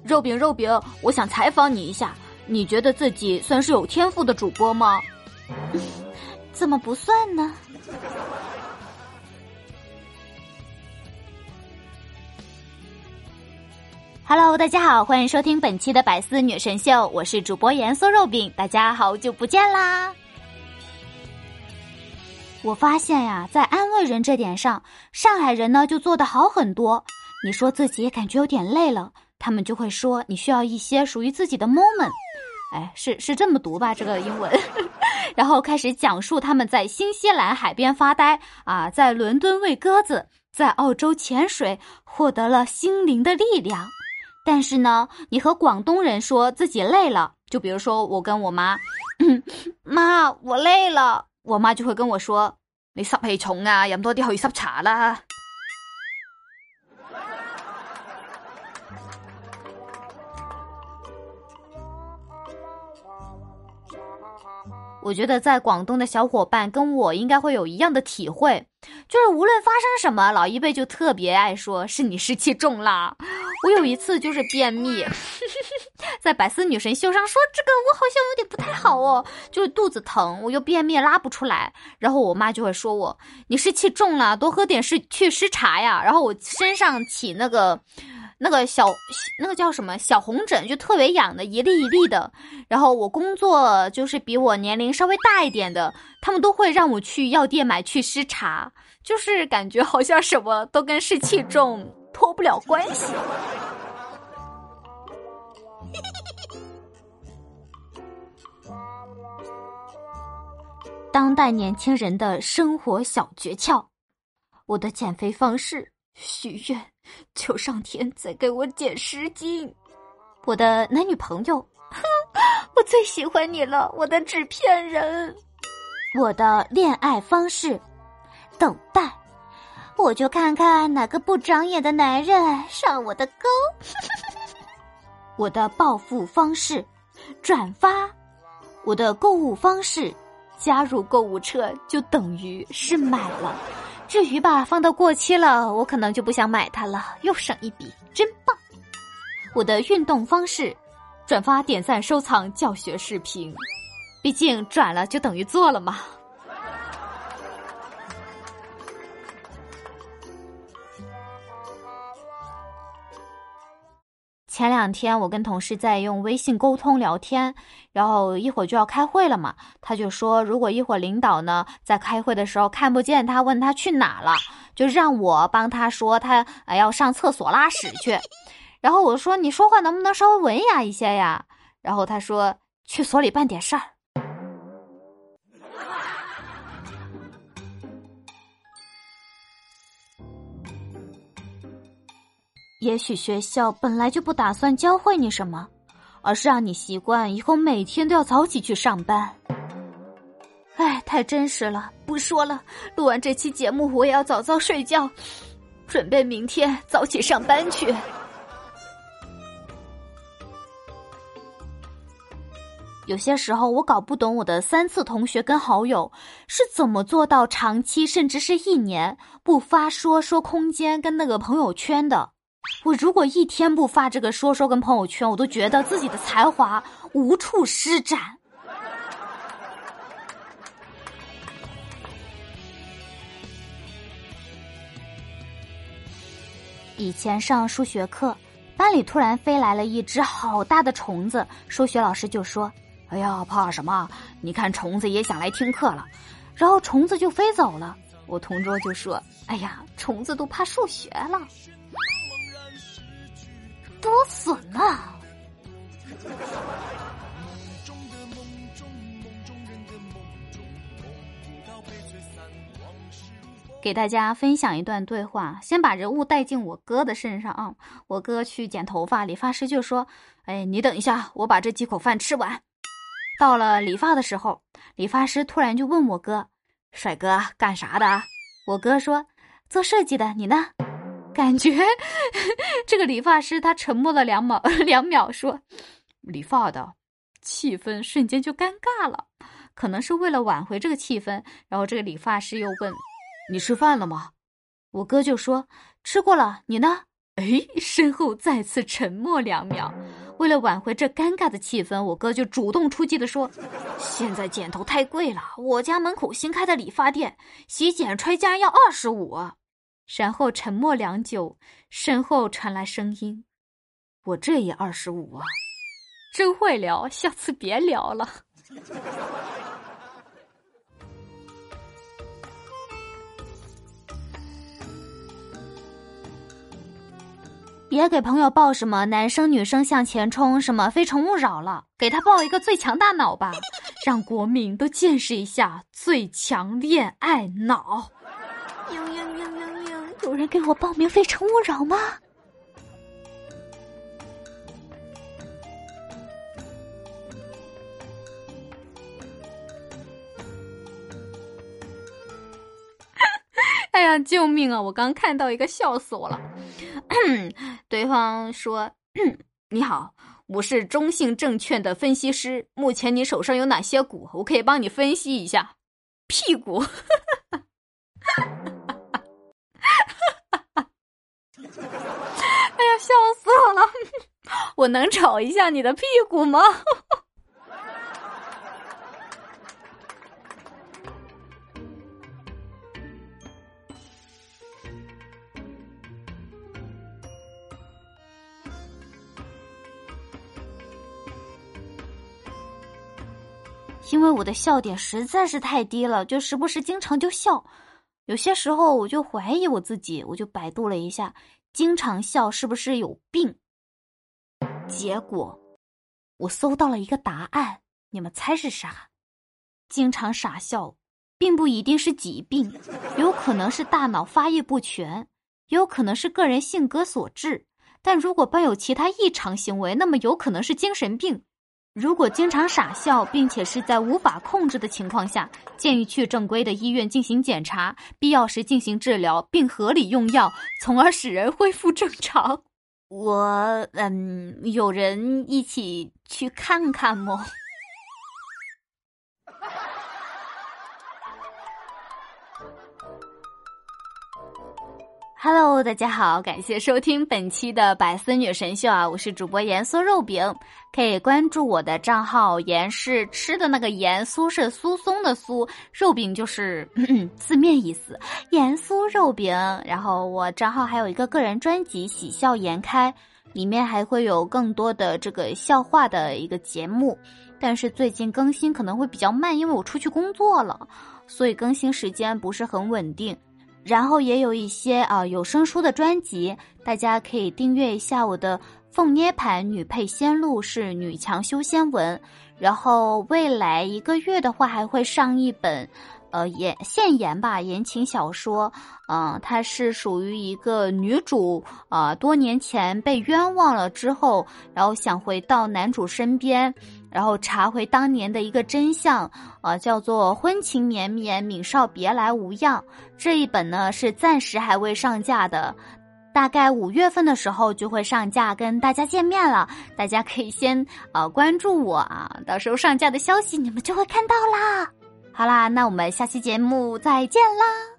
肉饼，我想采访你一下，你觉得自己算是有天赋的主播吗？ 怎么不算呢？Hello， 大家好，欢迎收听本期的百思女神秀，我是主播盐酥肉饼，大家好久不见啦！我发现呀，在安慰人这点上，上海人呢就做得好很多。你说自己感觉有点累了，他们就会说你需要一些属于自己的 moment。是这么读吧，这个英文。然后开始讲述他们在新西兰海边发呆啊，在伦敦喂鸽子，在澳洲潜水，获得了心灵的力量。但是呢，你和广东人说自己累了，就比如说我跟我妈，妈，我累了，我妈就會跟我說，你濕氣重啊，飲多啲去濕茶啦。我覺得在廣東的小伙伴跟我應該會有一樣的體會，就是無論發生什麼，老一輩就特別愛說是你濕氣重啦。我有一次就是便秘在百思女神秀上說這個我好像有點不太好哦，就是肚子疼，我又便秘拉不出來，然後我媽就會說我你濕氣重了，多喝點祛濕茶呀，然後我身上起那個叫什麼小紅疹，就特別癢的一粒一粒的，然後我工作就是比我年齡稍微大一點的，他們都會讓我去藥店買祛濕茶，就是感覺好像什麼都跟濕氣重脫不了關係。當代年輕人的生活小訣竅，我的減肥方式，許願求上天再給我減10斤。我的男女朋友，我最喜歡你了，我的紙片人。我的戀愛方式，等待，我就看看哪個不長眼的男人上我的鈎。我的暴富方式，轉發。我的購物方式，加入購物車就等於是買了，至於吧，放到過期了，我可能就不想買它了，又省一筆，真棒。我的運動方式，轉發、點讚、收藏教學視頻，畢竟轉了就等於做了嘛。前2天我跟同事在用微信溝通聊天，然後一會兒就要開會了嘛，他就說如果一會兒領導呢在開會的時候看不見他，問他去哪了，就讓我幫他說他要上廁所拉屎去。然後我說你說話能不能稍微文雅一些呀？然後他說去所裡辦點事兒。也許學校本來就不打算教會你什麼，而是讓你習慣以後每天都要早起去上班。哎，太真實了，不說了，錄完這期節目我也要早早睡覺，準備明天早起上班去。有些時候我搞不懂我的3次同學跟好友是怎麼做到長期甚至是1年不發說空間跟那個朋友圈的。我如果1天不發這個說跟朋友圈，我都覺得自己的才華無處施展。以前上數學課，班裡突然飛來了一隻好大的蟲子，數學老師就說，哎呀，怕什麼？你看蟲子也想來聽課了。然後蟲子就飛走了。我同桌就說，哎呀，蟲子都怕數學了。多損啊！給大家分享一段對話，先把人物帶進我哥的身上啊。我哥去剪頭髮，理髮師就說，哎，你等一下，我把這幾口飯吃完。到了理髮的時候，理髮師突然就問我哥，帥哥幹啥的？我哥說，做設計的，你呢？感覺這個理髮師他沉默了2秒說，理髮的。氣氛瞬間就尷尬了，可能是為了挽回這個氣氛，然後這個理髮師又問，你吃飯了嗎？我哥就說，吃過了，你呢？ 身后再次沉默2秒。为了挽回这尴尬的气氛，我哥就主动出击地说，现在剪头太贵了，我家门口新开的理发店洗剪吹竟然要25。然后沉默良久，身后传来声音，我这也25啊。真会聊，下次别聊了。别给朋友报什么男生女生向前冲，什么非诚勿扰了，给他报一个最强大脑吧，让国民都见识一下最强恋爱脑。有人给我报名非诚勿扰吗？哎呀，救命啊！我刚看到一个，笑死我了。对方说，你好，我是中信证券的分析师，目前你手上有哪些股，我可以帮你分析一下。屁股。哎呀，笑死我了。我能瞅一下你的屁股吗？因为我的笑点实在是太低了，就时不时经常就笑。有些时候我就怀疑我自己，我就百度了一下，经常笑是不是有病？结果我搜到了一个答案，你们猜是啥？经常傻笑并不一定是疾病，有可能是大脑发育不全，也有可能是个人性格所致，但如果伴有其他异常行为，那么有可能是精神病。如果经常傻笑，并且是在无法控制的情况下，建议去正规的医院进行检查，必要时进行治疗，并合理用药，从而使人恢复正常。有人一起去看看吗？Hello， 大家好，感谢收听本期的百思女神秀啊！我是主播盐酥肉饼，可以关注我的账号，盐是吃的那个盐，酥是酥松的酥，肉饼就是字面意思，盐酥肉饼。然后我账号还有一个个人专辑喜笑颜开，里面还会有更多的这个笑话的一个节目，但是最近更新可能会比较慢，因为我出去工作了，所以更新时间不是很稳定。然后也有一些有声书的专辑，大家可以订阅一下我的凤涅盘女配仙录，是女强修仙文。然后未来1个月的话还会上一本现言吧言情小说，它是属于一个女主多年前被冤枉了之后，然后想回到男主身边，然后查回当年的一个真相，叫做婚情绵绵，闵少别来无恙。这一本呢是暂时还未上架的，大概5月份的时候就会上架跟大家见面了，大家可以先关注我啊，到时候上架的消息你们就会看到啦。好啦，那我们下期节目再见啦。